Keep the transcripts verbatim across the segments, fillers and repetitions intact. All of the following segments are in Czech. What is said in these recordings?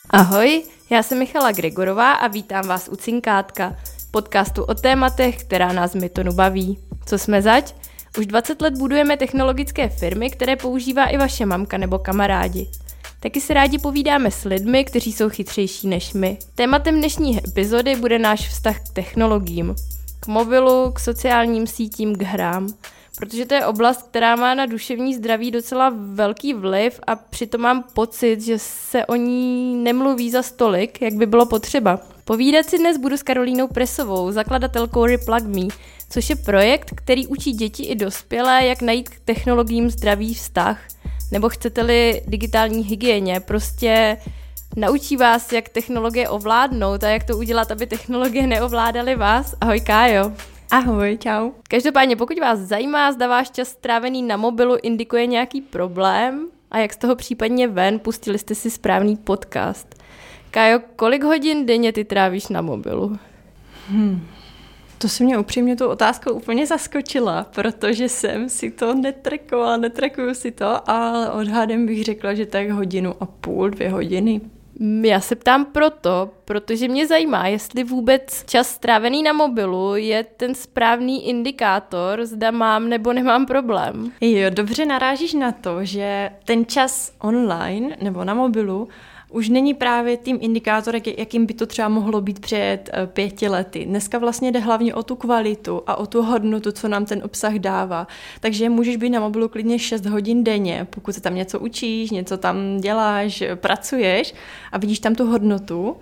Ahoj, já jsem Michala Gregorová a vítám vás u Cinkátka, podcastu o tématech, která nás Mytonu baví. Co jsme zač? Už dvacet let budujeme technologické firmy, které používá i vaše mamka nebo kamarádi. Taky si rádi povídáme s lidmi, kteří jsou chytřejší než my. Tématem dnešní epizody bude náš vztah k technologiím. K mobilu, k sociálním sítím, k hrám. Protože to je oblast, která má na duševní zdraví docela velký vliv a přitom mám pocit, že se o ní nemluví za stolik, jak by bylo potřeba. Povídat si dnes budu s Karolínou Presovou, zakladatelkou Replug Me, což je projekt, který učí děti i dospělé, jak najít k technologiím zdravý vztah, nebo chcete-li digitální hygieně, prostě naučí vás, jak technologie ovládnout a jak to udělat, aby technologie neovládaly vás. Ahoj Kájo. Ahoj, čau. Každopádně, pokud vás zajímá, zda váš čas strávený na mobilu indikuje nějaký problém a jak z toho případně ven, pustili jste si správný podcast. Kájo, kolik hodin denně ty trávíš na mobilu? Hmm. To si mě upřímně tu otázkou úplně zaskočila, protože jsem si to netrekovala, netrekuju si to, ale odhadem bych řekla, že tak hodinu a půl, dvě hodiny. Já se ptám proto, protože mě zajímá, jestli vůbec čas strávený na mobilu je ten správný indikátor, zda mám nebo nemám problém. Jo, dobře narážíš na to, že ten čas online nebo na mobilu už není právě tím indikátorem, jakým by to třeba mohlo být před pěti lety. Dneska vlastně jde hlavně o tu kvalitu a o tu hodnotu, co nám ten obsah dává. Takže můžeš být na mobilu klidně šest hodin denně, pokud se tam něco učíš, něco tam děláš, pracuješ a vidíš tam tu hodnotu,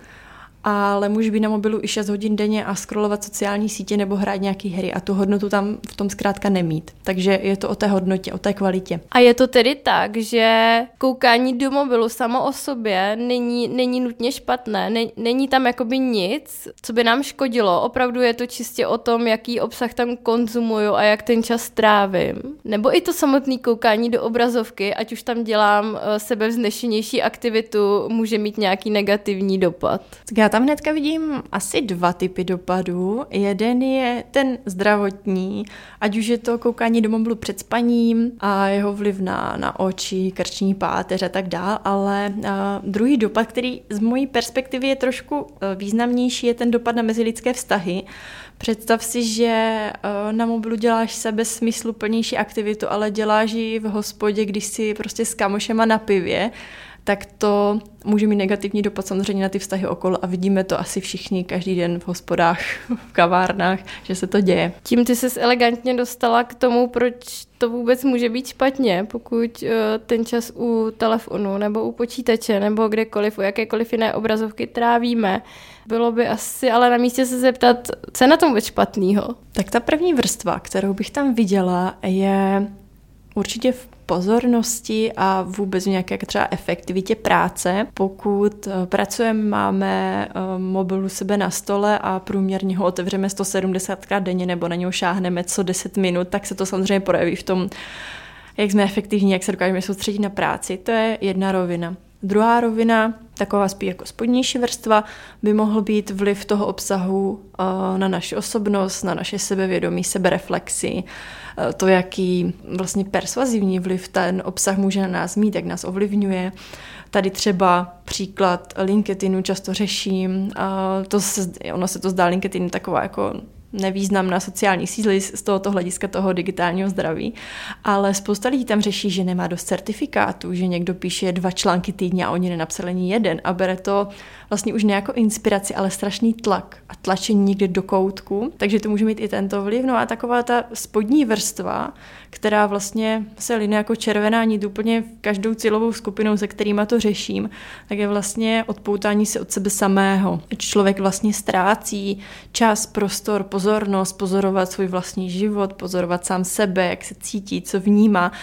ale můžeš být na mobilu i šest hodin denně a scrollovat sociální sítě nebo hrát nějaké hry a tu hodnotu tam v tom zkrátka nemít. Takže je to o té hodnotě, o té kvalitě. A je to tedy tak, že koukání do mobilu samo o sobě není, není nutně špatné, není tam jakoby nic, co by nám škodilo. Opravdu je to čistě o tom, jaký obsah tam konzumuju a jak ten čas trávím. Nebo i to samotné koukání do obrazovky, ať už tam dělám sebevznešenější aktivitu, může mít nějaký negativní dopad. Já tam hnedka vidím asi dva typy dopadů. Jeden je ten zdravotní, ať už je to koukání do mobilu před spaním a jeho vliv na, na oči, krční páteř a tak dál, ale uh, druhý dopad, který z mojí perspektivy je trošku uh, významnější, je ten dopad na mezilidské vztahy. Představ si, že uh, na mobilu děláš sebe smysluplnější aktivitu, ale děláš ji v hospodě, když si prostě s kamošema na pivě, tak to může mít negativní dopad samozřejmě na ty vztahy okolo a vidíme to asi všichni každý den v hospodách, v kavárnách, že se to děje. Tím ty ses elegantně dostala k tomu, proč to vůbec může být špatně, pokud uh, ten čas u telefonu nebo u počítače nebo kdekoliv, u jakékoliv jiné obrazovky trávíme. Bylo by asi ale na místě se zeptat, co je na tom vůbec špatného? Tak ta první vrstva, kterou bych tam viděla, je určitě v pozornosti a vůbec v nějaké třeba efektivitě práce. Pokud pracujeme, máme mobil u sebe na stole a průměrně ho otevřeme sto sedmdesátkrát denně nebo na něho šáhneme co deset minut, tak se to samozřejmě projeví v tom, jak jsme efektivní, jak se dokážeme soustředit na práci. To je jedna rovina. Druhá rovina, taková spíš jako spodnější vrstva, by mohl být vliv toho obsahu uh, na naši osobnost, na naše sebevědomí, sebereflexi, uh, to, jaký vlastně persvazivní vliv ten obsah může na nás mít, jak nás ovlivňuje. Tady třeba příklad LinkedInu často řeším, uh, to se, ono se to zdá LinkedIn taková jako nevýznamná sociální síly z tohoto hlediska toho digitálního zdraví, ale spousta lidí tam řeší, že nemá dost certifikátů, že někdo píše dva články týdně a oni nenapsali ani jeden a bere to vlastně už ne jako inspiraci, ale strašný tlak a tlačení někde do koutku, takže to může mít i tento vliv. No a taková ta spodní vrstva, která vlastně se line jako červená nit úplně každou cílovou skupinou, se kterýma to řeším, tak je vlastně odpoutání se od sebe samého. Člověk vlastně ztrácí čas, prostor, pozornost, pozorovat svůj vlastní život, pozorovat sám sebe, jak se cítí, co vnímá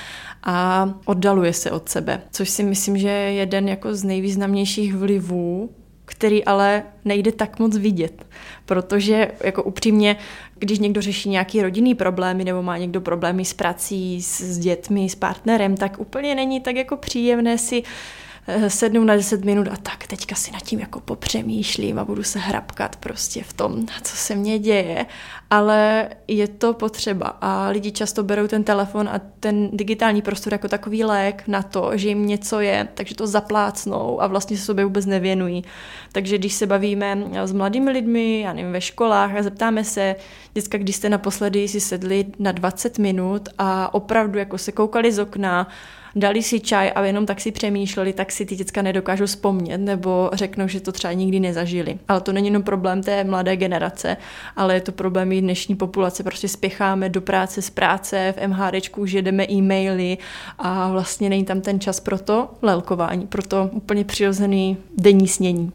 a oddaluje se od sebe. Což si myslím, že je jeden jako z nejvýznamnějších vlivů, který ale nejde tak moc vidět, protože jako upřímně, když někdo řeší nějaký rodinný problémy nebo má někdo problémy s prací, s, s dětmi, s partnerem, tak úplně není tak jako příjemné si sednu na deset minut a tak teďka si nad tím jako popřemýšlím a budu se hrabkat prostě v tom, co se mně děje, ale je to potřeba a lidi často berou ten telefon a ten digitální prostor jako takový lék na to, že jim něco je, takže to zaplácnou a vlastně se sobě vůbec nevěnují. Takže když se bavíme s mladými lidmi, já nevím, ve školách a zeptáme se, vždycky, když jste naposledy si sedli na dvacet minut a opravdu jako se koukali z okna, dali si čaj a jenom tak si přemýšleli, tak si ty děcka nedokážou vzpomnět nebo řeknou, že to třeba nikdy nezažili. Ale to není jenom problém té mladé generace, ale je to problém i dnešní populace. Prostě spěcháme do práce z práce, v MHDčku už jedeme e-maily a vlastně není tam ten čas pro to lelkování, pro to úplně přirozený denní snění.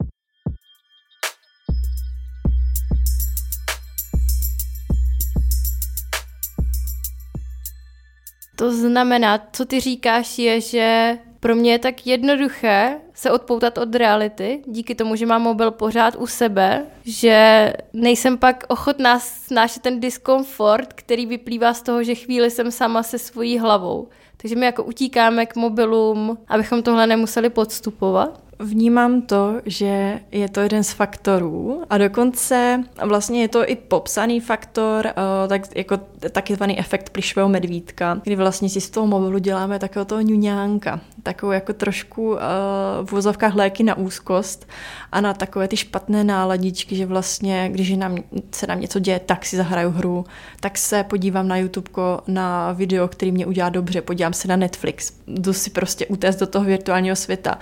To znamená, co ty říkáš je, že pro mě je tak jednoduché se odpoutat od reality, díky tomu, že mám mobil pořád u sebe, že nejsem pak ochotná snášet ten diskomfort, který vyplývá z toho, že chvíli jsem sama se svojí hlavou. Takže my jako utíkáme k mobilům, abychom tohle nemuseli podstupovat. Vnímám to, že je to jeden z faktorů a dokonce vlastně je to i popsaný faktor, tak jako takzvaný efekt plyšového medvídka, kdy vlastně si z toho mobilu děláme takového toho ňuňánka, takovou jako trošku v vozovkách léky na úzkost a na takové ty špatné náladičky, že vlastně, když nám, se nám něco děje, tak si zahraju hru, tak se podívám na YouTubeko na video, který mě udělá dobře, podívám se na Netflix, jdu si prostě utéct do toho virtuálního světa.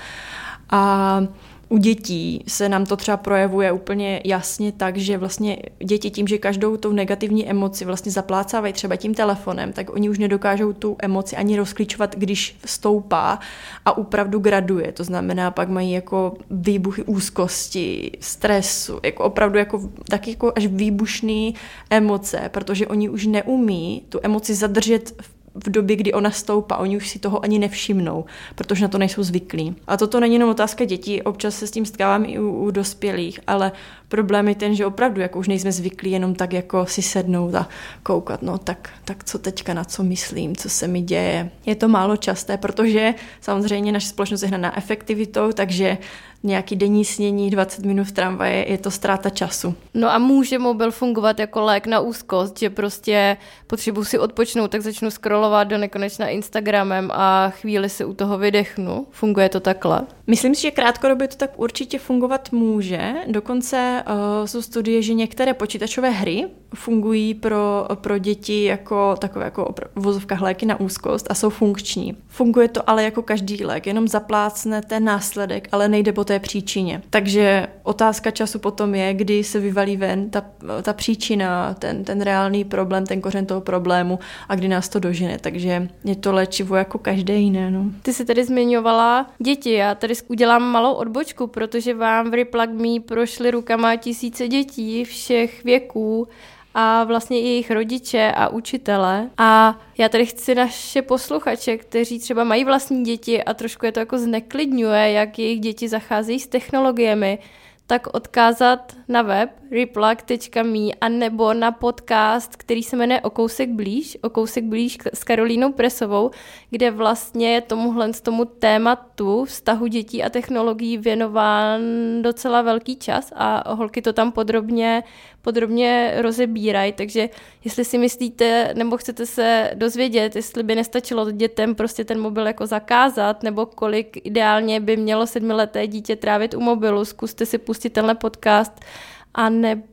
A u dětí se nám to třeba projevuje úplně jasně tak, že vlastně děti tím, že každou tou negativní emoci vlastně zaplácávají třeba tím telefonem, tak oni už nedokážou tu emoci ani rozklíčovat, když stoupá a opravdu graduje. To znamená, pak mají jako výbuchy úzkosti, stresu, jako opravdu jako, tak jako až výbušný emoce, protože oni už neumí tu emoci zadržet v v době, kdy ona stoupá, oni už si toho ani nevšimnou, protože na to nejsou zvyklí. A toto není jenom otázka dětí, občas se s tím stkávám i u, u dospělých, ale problém je ten, že opravdu jako už nejsme zvyklí jenom tak jako si sednout a koukat, no tak, tak co teďka, na co myslím, co se mi děje. Je to málo časté, protože samozřejmě naše společnost je hnaná efektivitou, takže nějaký denní snění, dvacet minut v tramvaji, je to ztráta času. No a může mobil fungovat jako lék na úzkost, že prostě potřebuji si odpočnout, tak začnu scrollovat do nekonečna Instagramem a chvíli si u toho vydechnu. Funguje to takhle? Myslím si, že krátkodobě to tak určitě fungovat může. Dokonce uh, jsou studie, že některé počítačové hry fungují pro, pro děti jako takové jako v vozovkách léky na úzkost a jsou funkční. Funguje to ale jako každý lék, jenom zaplácne ten následek, ale nejde po té příčině. Takže otázka času potom je, kdy se vyvalí ven ta, ta příčina, ten, ten reálný problém, ten kořen toho problému a kdy nás to dožene. Takže je to léčivo jako každé jiné. No. Ty jsi tady zmiňovala děti. Já tady udělám malou odbočku, protože vám v Replug Me prošly rukama tisíce dětí všech věků a vlastně i jejich rodiče a učitele. A já tady chci naše posluchače, kteří třeba mají vlastní děti a trošku je to jako zneklidňuje, jak jejich děti zacházejí s technologiemi, tak odkázat na web replug tečka me a nebo na podcast, který se jmenuje O kousek blíž, O kousek blíž s Karolínou Presovou, kde vlastně je tomuhle tomu tématu vztahu dětí a technologií věnován docela velký čas a holky to tam podrobně, podrobně rozebírají, takže jestli si myslíte nebo chcete se dozvědět, jestli by nestačilo dětem prostě ten mobil jako zakázat, nebo kolik ideálně by mělo sedmileté dítě trávit u mobilu, zkuste si pustit tenhle podcast a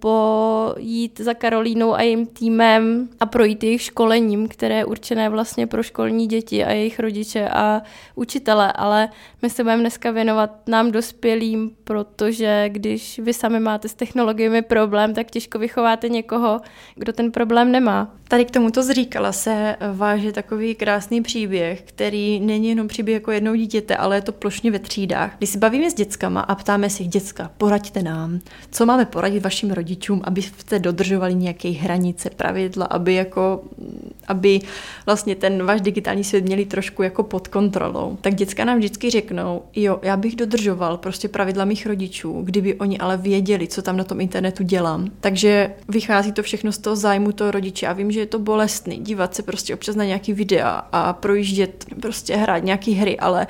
nebo jít za Karolínou a jejím týmem a projít jejich školením, které je určené vlastně pro školní děti a jejich rodiče a učitele, ale my se budeme dneska věnovat nám dospělým, protože když vy sami máte s technologiemi problém, tak těžko vychováte někoho, kdo ten problém nemá. Tady k tomuto zříkala se váže takový krásný příběh, který není jenom příběh jako jednou dítěte, ale je to plošně ve třídách. Když si bavíme s dětskama a ptáme si děcka, poraďte nám, co máme poradit vašim rodičům, abyste dodržovali nějaké hranice, pravidla, aby jako, aby vlastně ten váš digitální svět měli trošku jako pod kontrolou. Tak děcka nám vždycky řeknou, jo, já bych dodržoval prostě pravidla mých rodičů, kdyby oni ale věděli, co tam na tom internetu dělám. Takže vychází to všechno z toho zájmu toho rodiče a vím, že je to bolestný dívat se prostě občas na nějaký videa a projíždět, prostě hrát nějaký hry, ale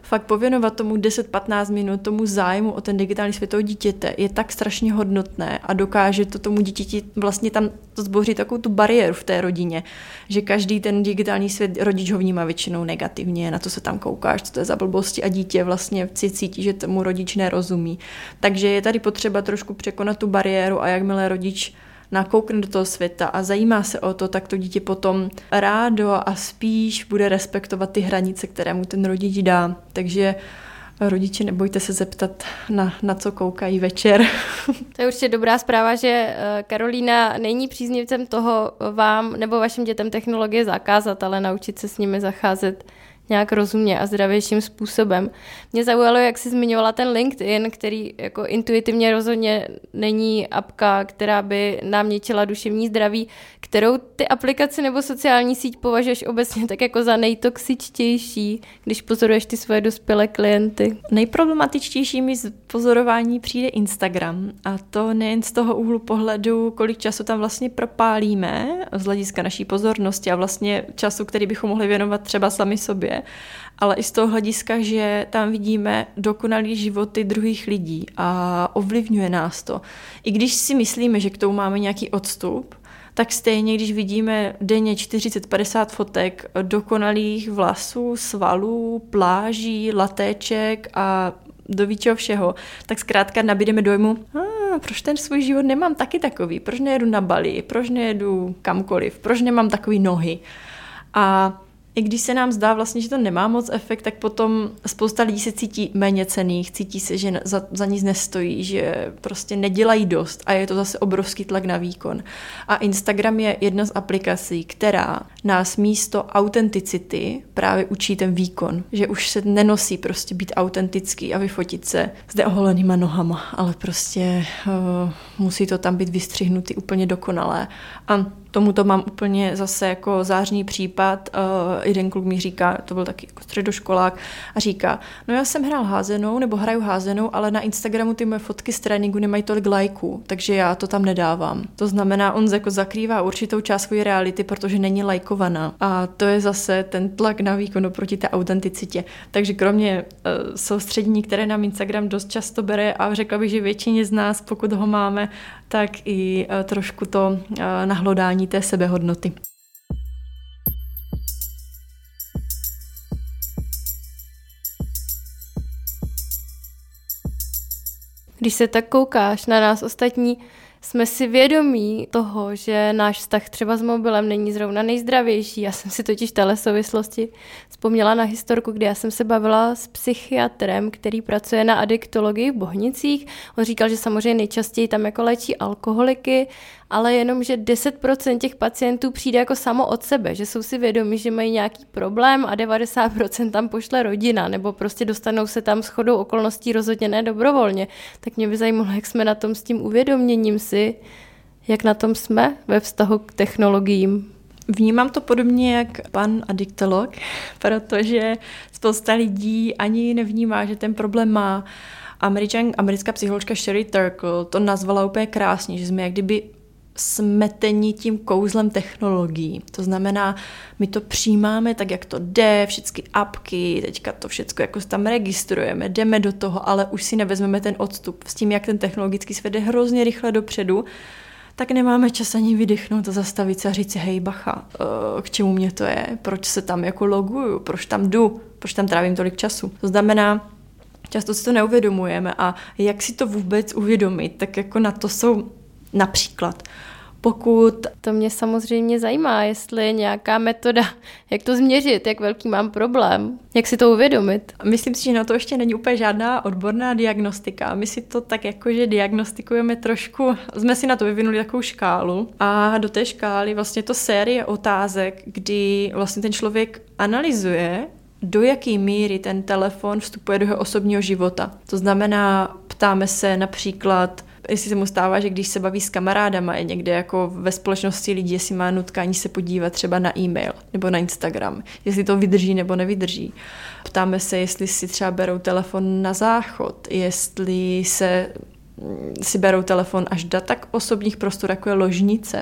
fakt pověnovat tomu deset patnáct minut, tomu zájmu o ten digitální svět toho dítěte je tak strašně hodnotné a dokáže to tomu dítěti vlastně tam to zboří takovou tu bariéru v té rodině, že každý ten digitální svět rodič ho vnímá většinou negativně, na to se tam koukáš, co to je za blbosti a dítě vlastně si cítí, že tomu rodič nerozumí. Takže je tady potřeba trošku překonat tu bariéru a jakmile rodič nakoukne do toho světa a zajímá se o to, tak to dítě potom rádo a spíš bude respektovat ty hranice, které mu ten rodič dá. Takže rodiče, nebojte se zeptat, na, na co koukají večer. To je určitě dobrá zpráva, že Karolína není příznivcem toho vám nebo vašim dětem technologie zakázat, ale naučit se s nimi zacházet nějak rozumně a zdravějším způsobem. Mě zaujalo, jak jsi zmiňovala ten LinkedIn, který jako intuitivně rozhodně není apka, která by nám ničila duševní zdraví. Kterou ty aplikaci nebo sociální síť považuješ obecně tak jako za nejtoxičtější, když pozoruješ ty svoje dospělé klienty? Nejproblematičtější mi z pozorování přijde Instagram a to nejen z toho úhlu pohledu, kolik času tam vlastně propálíme z hlediska naší pozornosti a vlastně času, který bychom mohli věnovat třeba sami sobě, ale i z toho hlediska, že tam vidíme dokonalý životy druhých lidí a ovlivňuje nás to. I když si myslíme, že k tomu máme nějaký odstup, tak stejně, když vidíme denně čtyřicet padesát fotek dokonalých vlasů, svalů, pláží, latéček a do víčeho všeho, tak zkrátka nabídeme dojmu, ah, proč ten svůj život nemám taky takový, proč nejedu na Bali, proč nejedu kamkoliv, proč nemám takový nohy. A i když se nám zdá vlastně, že to nemá moc efekt, tak potom spousta lidí se cítí méně cenných, cítí se, že za, za nic nestojí, že prostě nedělají dost a je to zase obrovský tlak na výkon. A Instagram je jedna z aplikací, která nás místo autenticity právě učí ten výkon, že už se nenosí prostě být autentický a vyfotit se zde oholenýma nohama, ale prostě uh, musí to tam být vystřihnutý úplně dokonalé. A tomuto mám úplně zase jako zářný případ. Uh, jeden kluk mi říká, to byl taky jako středoškolák, a říká, no já jsem hrál házenou, nebo hraju házenou, ale na Instagramu ty moje fotky z tréninku nemají tolik lajků, takže já to tam nedávám. To znamená, on jako zakrývá určitou část své reality, protože není lajkovaná. A to je zase ten tlak na výkon oproti té autenticitě. Takže kromě uh, soustředění, které nám Instagram dost často bere, a řekla bych, že většině z nás, pokud ho máme, tak i uh, trošku to uh, nahlodání té sebehodnoty. Když se tak koukáš na nás ostatní, jsme si vědomí toho, že náš vztah třeba s mobilem není zrovna nejzdravější. Já jsem si totiž v téhle souvislosti vzpomněla na historku, kdy já jsem se bavila s psychiatrem, který pracuje na adiktologii v Bohnicích. On říkal, že samozřejmě nejčastěji tam jako léčí alkoholiky, ale jenom, že deset procent těch pacientů přijde jako samo od sebe, že jsou si vědomí, že mají nějaký problém a devadesát procent tam pošle rodina, nebo prostě dostanou se tam shodou okolností, rozhodně ne dobrovolně. Tak mě by zajímalo, jak jsme na tom s tím uvědoměním si, jak na tom jsme ve vztahu k technologiím. Vnímám to podobně jak pan adiktolog, protože spousta lidí ani nevnímá, že ten problém má. Američan, americká psycholožka Sherry Turkle to nazvala úplně krásně, že jsme jak kdyby smetení tím kouzlem technologií. To znamená, my to přijímáme tak, jak to jde, všechny apky, teďka to všechno jako tam registrujeme, jdeme do toho, ale už si nevezmeme ten odstup. S tím, jak ten technologický svět jde hrozně rychle dopředu, tak nemáme čas ani vydechnout a zastavit se a říct si, hej bacha, k čemu mě to je, proč se tam jako loguju, proč tam jdu, proč tam trávím tolik času. To znamená, často si to neuvědomujeme a jak si to vůbec uvědomit, tak jako na to jsou například, pokud... To mě samozřejmě zajímá, jestli je nějaká metoda, jak to změřit, jak velký mám problém, jak si to uvědomit. Myslím si, že na to ještě není úplně žádná odborná diagnostika. My si to tak jakože diagnostikujeme trošku, jsme si na to vyvinuli takovou škálu a do té škály vlastně to série otázek, kdy vlastně ten člověk analyzuje, do jaké míry ten telefon vstupuje do jeho osobního života. To znamená, ptáme se například, jestli se mu stává, že když se baví s kamarádama, je někde jako ve společnosti lidí, jestli má nutkání se podívat třeba na e-mail nebo na Instagram, jestli to vydrží nebo nevydrží. Ptáme se, jestli si třeba berou telefon na záchod, jestli se, si berou telefon až do tak osobních prostor, jako je ložnice.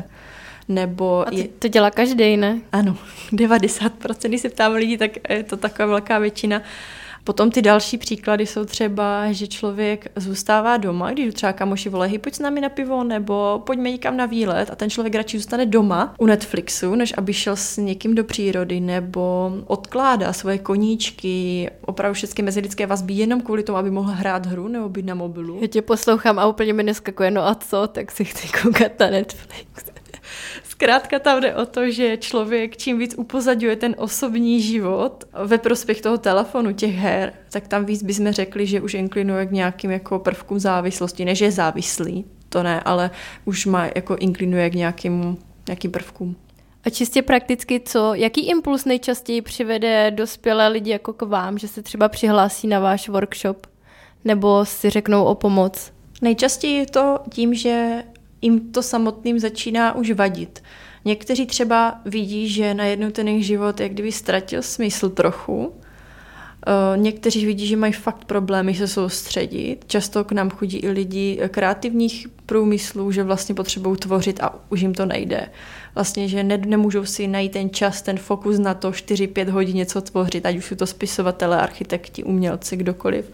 Nebo a to, je... to dělá každý, ne? Ano, devadesát procent, když se ptáme lidí, tak je to taková velká většina. Potom ty další příklady jsou třeba, že člověk zůstává doma, když třeba kamoši volají, pojď s námi na pivo, nebo pojďme někam na výlet a ten člověk radši zůstane doma u Netflixu, než aby šel s někým do přírody, nebo odkládá svoje koníčky, opravdu všechny mezilidské vazby jenom kvůli tomu, aby mohl hrát hru nebo být na mobilu. Já tě poslouchám a úplně mi neskakuje, no a co, tak si chci koukat na Netflix. Zkrátka tam jde o to, že člověk čím víc upozadňuje ten osobní život ve prospěch toho telefonu, těch her, tak tam víc bychom řekli, že už inklinuje k nějakým jako prvkům závislosti. Ne, že je závislý, to ne, ale už má jako inklinuje k nějakým, nějakým prvkům. A čistě prakticky co, jaký impuls nejčastěji přivede dospělé lidi jako k vám, že se třeba přihlásí na váš workshop nebo si řeknou o pomoc? Nejčastěji je to tím, že jim to samotným začíná už vadit. Někteří třeba vidí, že najednou ten jejich život jak kdyby ztratil smysl trochu. Někteří vidí, že mají fakt problémy se soustředit. Často k nám chodí i lidi kreativních průmyslů, že vlastně potřebují tvořit a už jim to nejde. Vlastně, že ne, nemůžou si najít ten čas, ten fokus na to čtyři pět hodin něco tvořit, ať už jsou to spisovatelé, architekti, umělci, kdokoliv.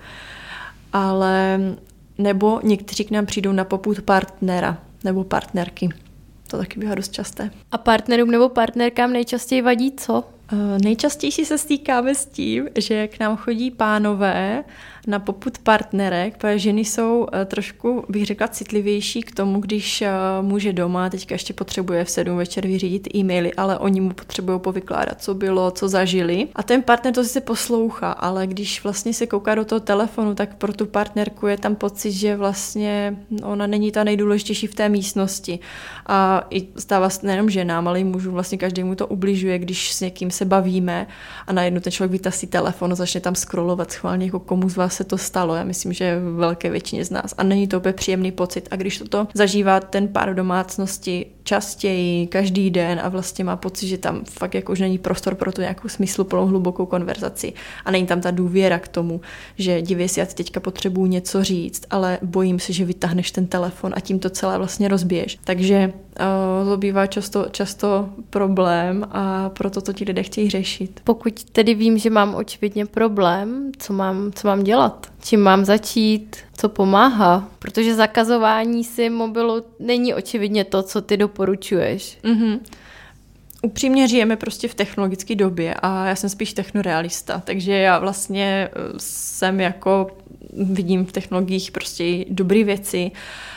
Ale nebo někteří k nám přijdou na popud partnera nebo partnerky. To taky bývá dost časté. A partnerům nebo partnerkám nejčastěji vadí co? Nejčastěji se stýkáme s tím, že k nám chodí pánové na popud partnerek, protože ženy jsou trošku, bych řekla, citlivější k tomu, když muž je doma, teďka ještě potřebuje v sedm večer vyřídit e-maily, ale oni mu potřebují povykládat, co bylo, co zažili. A ten partner to si poslouchá, ale když vlastně se kouká do toho telefonu, tak pro tu partnerku je tam pocit, že vlastně ona není ta nejdůležitější v té místnosti. A i stává se nejenom ženám, ale i mužům, vlastně každému to ubližuje, když s někým se bavíme a najednou ten člověk vytasí telefon a začne tam scrollovat schválně, jako komu z vás se to stalo. Já myslím, že velké většině z nás. A není to úplně příjemný pocit. A když toto zažívá ten pár v domácnosti častěji, každý den a vlastně má pocit, že tam fakt jako už není prostor pro tu nějakou smysluplnou hlubokou konverzaci a není tam ta důvěra k tomu, že dívej si, já ti teďka potřebuju něco říct, ale bojím se, že vytáhneš ten telefon a tím to celé vlastně rozbiješ. Takže uh, to bývá často, často problém a proto to ti lidé chtějí řešit. Pokud tedy vím, že mám očividně problém, co mám, co mám dělat? Čím mám začít? Co pomáhá? Protože zakazování si mobilu není očividně to, co ty doporučuješ. Mm-hmm. Upřímně žijeme prostě v technologické době a já jsem spíš technorealista, takže já vlastně jsem jako, vidím v technologiích prostě dobré věci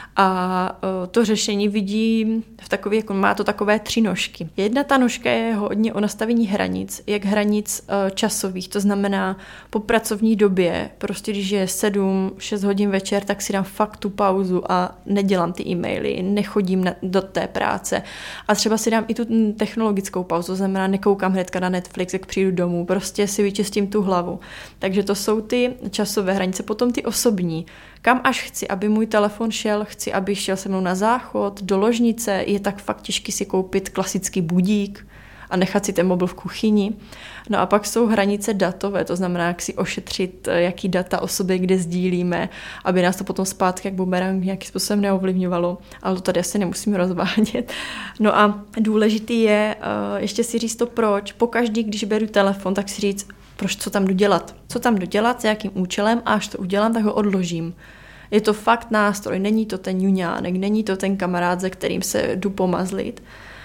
a to řešení vidím v takový, jako má to takové tři nožky. Jedna ta nožka je hodně o nastavení hranic, jak hranic časových, to znamená po pracovní době, prostě když je sedm šest hodin večer, tak si dám fakt tu pauzu a nedělám ty e-maily, nechodím na, do té práce a třeba si dám i tu technologickou pauzu, to znamená nekoukám hnedka na Netflix, jak přijdu domů, prostě si vyčistím tu hlavu. Takže to jsou ty časové hranice, potom ty osobní. Kam až chci, aby můj telefon šel, chci, aby šel se mnou na záchod, do ložnice, je tak fakt těžký si koupit klasický budík a nechat si ten mobil v kuchyni. No a pak jsou hranice datové, to znamená, jak si ošetřit, jaký data o sobě, kde sdílíme, aby nás to potom zpátky jak bumerang nějakým způsobem neovlivňovalo, ale to tady asi nemusíme rozvádět. No a důležitý je uh, ještě si říct to proč. Pokaždý, když beru telefon, tak si říct, proč, co tam jdu dělat. Co tam jdu dělat, s jakým účelem a až to udělám, tak ho odložím. Je to fakt nástroj, není to ten juňánek, není to ten kamarád, se kterým se jdu pomazlit.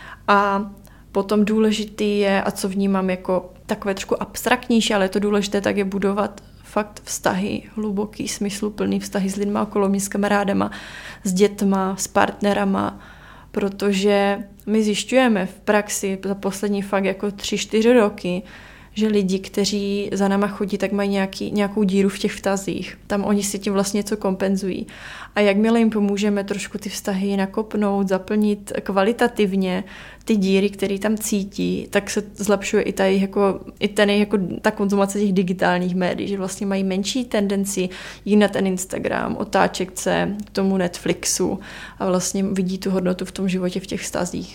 A potom důležitý je, a co vnímám jako takové trošku abstraktnější, ale je to důležité, tak je budovat fakt vztahy, hluboký, smysluplný vztahy s lidma okolo mě, s kamarádama, s dětma, s partnerama, protože my zjišťujeme v praxi za poslední fakt jako tři, čtyři roky, že lidi, kteří za náma chodí, tak mají nějaký, nějakou díru v těch vztazích. Tam oni si tím vlastně něco kompenzují. A jakmile jim pomůžeme trošku ty vztahy nakopnout, zaplnit kvalitativně ty díry, které tam cítí, tak se zlepšuje i, ta jako, i ten, jako, ta konzumace těch digitálních médií, že vlastně mají menší tendenci jít na ten Instagram, otáčet se k tomu Netflixu a vlastně vidí tu hodnotu v tom životě, v těch vztazích.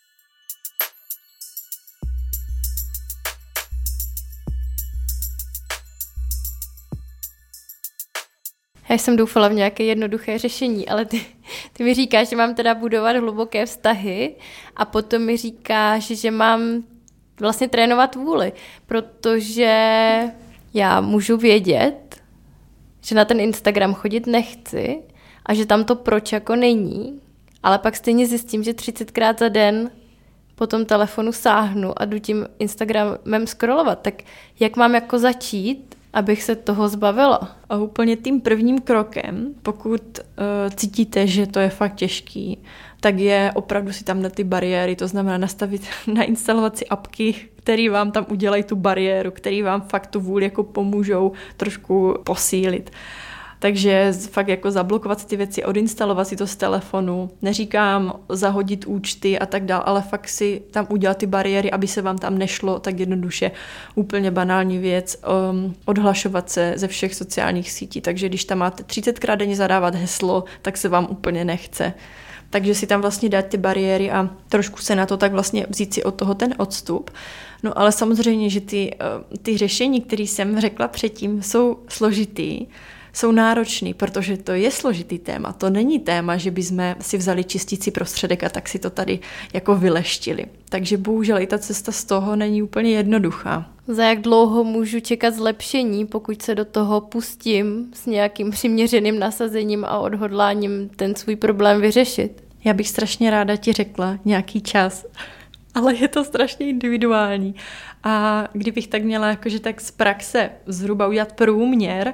Já jsem doufala v nějaké jednoduché řešení, ale ty, ty mi říkáš, že mám teda budovat hluboké vztahy a potom mi říkáš, že mám vlastně trénovat vůli, protože já můžu vědět, že na ten Instagram chodit nechci a že tam to proč jako není, ale pak stejně zjistím, že třicetkrát za den po tom telefonu sáhnu a jdu tím Instagramem scrollovat. Tak jak mám jako začít, abych se toho zbavila? A úplně tím prvním krokem, pokud uh, cítíte, že to je fakt těžký, tak je opravdu si tam dát ty bariéry, to znamená nastavit, nainstalovat si apky, které vám tam udělají tu bariéru, které vám fakt tu vůli jako pomůžou trošku posílit. Takže fakt jako zablokovat ty věci, odinstalovat si to z telefonu. Neříkám zahodit účty a tak dále, ale fakt si tam udělat ty bariéry, aby se vám tam nešlo tak jednoduše. Úplně banální věc, um, odhlašovat se ze všech sociálních sítí. Takže když tam máte třicetkrát denně zadávat heslo, tak se vám úplně nechce. Takže si tam vlastně dát ty bariéry a trošku se na to tak vlastně vzít si od toho ten odstup. No ale samozřejmě, že ty, ty řešení, které jsem řekla předtím, jsou složitý, jsou náročný, protože to je složitý téma. To není téma, že bychom si vzali čistící prostředek a tak si to tady jako vyleštili. Takže bohužel i ta cesta z toho není úplně jednoduchá. Za jak dlouho můžu čekat zlepšení, pokud se do toho pustím s nějakým přiměřeným nasazením a odhodláním ten svůj problém vyřešit? Já bych strašně ráda ti řekla nějaký čas, ale je to strašně individuální. A kdybych tak měla jakože tak z praxe zhruba udělat průměr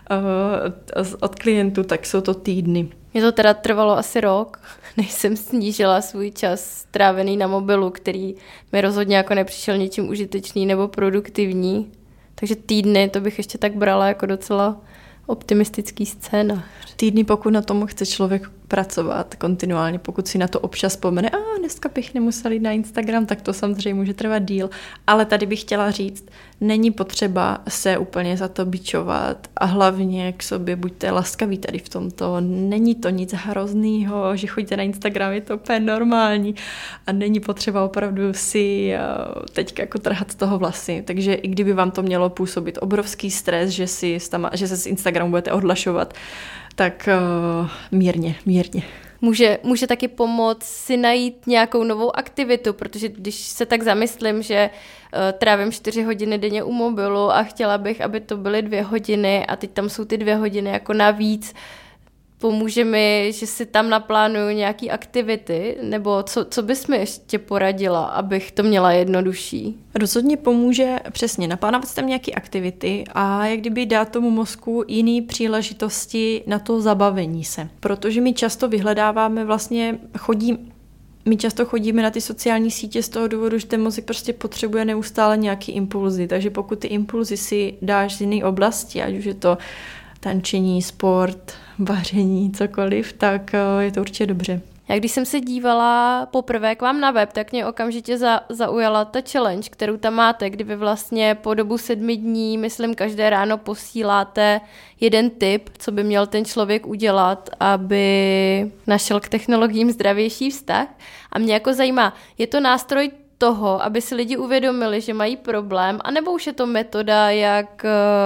uh, od klientů, tak jsou to týdny. Mě to teda trvalo asi rok, než jsem snížila svůj čas strávený na mobilu, který mi rozhodně jako nepřišel ničím užitečný nebo produktivní. Takže týdny, to bych ještě tak brala jako docela optimistický scénář. Týdny, pokud na tom chce člověk pracovat kontinuálně, pokud si na to občas vzpomene, a dneska bych nemusel jít na Instagram, tak to samozřejmě může trvat díl. Ale tady bych chtěla říct, není potřeba se úplně za to bičovat a hlavně k sobě buďte laskaví tady v tomto. Není to nic hroznýho, že chodíte na Instagram, je to úplně normální a není potřeba opravdu si teď jako trhat z toho vlasy. Takže i kdyby vám to mělo působit obrovský stres, že, si, že se z Instagramu budete odhlašovat, tak uh, mírně, mírně. Může, může taky pomoct si najít nějakou novou aktivitu, protože když se tak zamyslím, že uh, trávím čtyři hodiny denně u mobilu a chtěla bych, aby to byly dvě hodiny a teď tam jsou ty dvě hodiny jako navíc, pomůže mi, že si tam naplánuju nějaký aktivity, nebo co, co bys mi ještě poradila, abych to měla jednodušší? Rozhodně pomůže přesně naplánovat tam nějaké aktivity a jak kdyby dát tomu mozku jiný příležitosti na to zabavení se. Protože my často vyhledáváme vlastně, chodí, my často chodíme na ty sociální sítě z toho důvodu, že ten mozek prostě potřebuje neustále nějaký impulzy, takže pokud ty impulzy si dáš z jiné oblasti, ať už je to tančení, sport, vaření, cokoliv, tak je to určitě dobře. Já když jsem se dívala poprvé k vám na web, tak mě okamžitě za, zaujala ta challenge, kterou tam máte, kdy vy vlastně po dobu sedmi dní, myslím, každé ráno posíláte jeden tip, co by měl ten člověk udělat, aby našel k technologiím zdravější vztah. A mě jako zajímá, je to nástroj toho, aby si lidi uvědomili, že mají problém, anebo už je to metoda, jak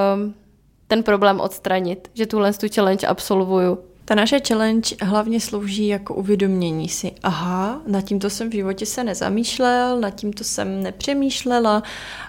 ten problém odstranit, že tuhle tu challenge absolvuju? Ta naše challenge hlavně slouží jako uvědomění si, aha, nad tímto jsem v životě se nezamýšlel, nad tímto jsem nepřemýšlela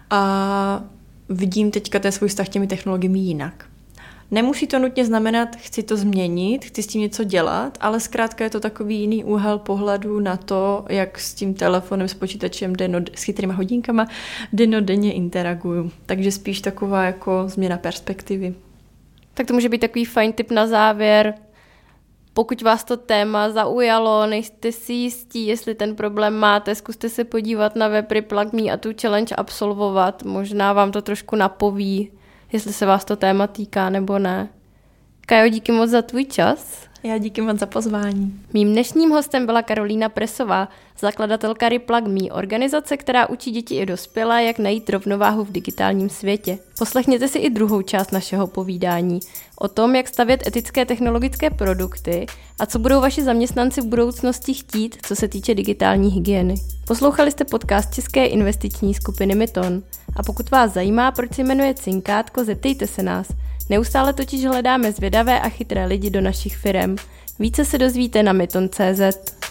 a vidím teďka ten svůj vztah těmi technologiemi jinak. Nemusí to nutně znamenat, chci to změnit, chci s tím něco dělat, ale zkrátka je to takový jiný úhel pohledu na to, jak s tím telefonem, s počítačem, deno, s chytrýma hodinkama dennodenně interaguju. Takže spíš taková jako změna perspektivy. Tak to může být takový fajn tip na závěr. Pokud vás to téma zaujalo, nejste si jistí, jestli ten problém máte, zkuste se podívat na web Replug Me a tu challenge absolvovat. Možná vám to trošku napoví, jestli se vás to téma týká nebo ne. Kajo, díky moc za tvůj čas. Já díky moc za pozvání. Mým dnešním hostem byla Karolína Presová, zakladatelka Replug Me, organizace, která učí děti i dospělé, jak najít rovnováhu v digitálním světě. Poslechněte si i druhou část našeho povídání o tom, jak stavět etické technologické produkty a co budou vaši zaměstnanci v budoucnosti chtít, co se týče digitální hygieny. Poslouchali jste podcast české investiční skupiny Myton. A pokud vás zajímá, proč se jmenuje Cinkátko, zeptejte se nás. Neustále totiž hledáme zvědavé a chytré lidi do našich firem. Více se dozvíte na myton tečka cé zet.